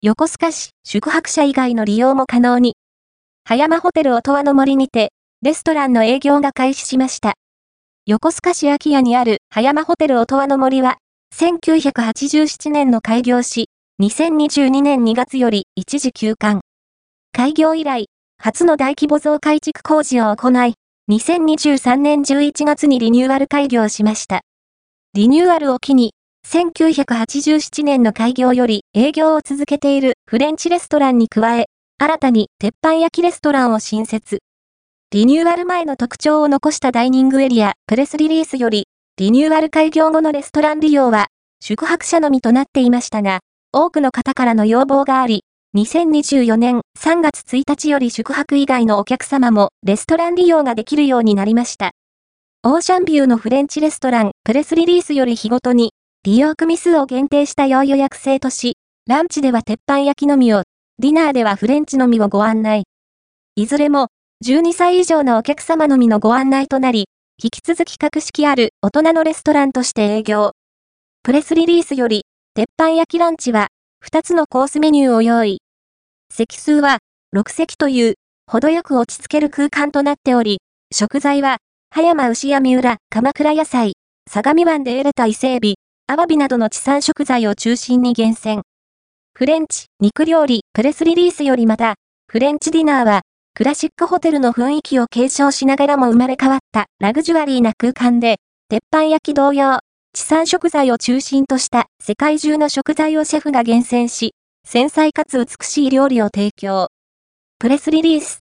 横須賀市宿泊者以外の利用も可能に。葉山ホテル音羽の森にて、レストランの営業が開始しました。横須賀市空き家にある葉山ホテル音羽の森は、1987年の開業し、2022年2月より一時休館。開業以来、初の大規模増改築工事を行い、2023年11月にリニューアル開業しました。リニューアルを機に、1987年の開業より営業を続けているフレンチレストランに加え、新たに鉄板焼きレストランを新設。リニューアル前の特徴を残したダイニングエリアプレスリリースより、リニューアル開業後のレストラン利用は、宿泊者のみとなっていましたが、多くの方からの要望があり、2024年3月1日より宿泊以外のお客様もレストラン利用ができるようになりました。オーシャンビューのフレンチレストランプレスリリースより日ごとに利用組数を限定した要予約制とし、ランチでは鉄板焼きのみを、ディナーではフレンチのみをご案内。いずれも12歳以上のお客様のみのご案内となり、引き続き格式ある大人のレストランとして営業。プレスリリースより、鉄板焼きランチは2つのコースメニューを用意。席数は6席という程よく落ち着ける空間となっており、食材は葉山牛や三浦、鎌倉野菜、相模湾で得れた伊勢海老、アワビなどの地産食材を中心に厳選。フレンチ、肉料理、プレスリリースよりまた、フレンチディナーは、クラシックホテルの雰囲気を継承しながらも生まれ変わったラグジュアリーな空間で、鉄板焼き同様、地産食材を中心とした世界中の食材をシェフが厳選し、繊細かつ美しい料理を提供。プレスリリース、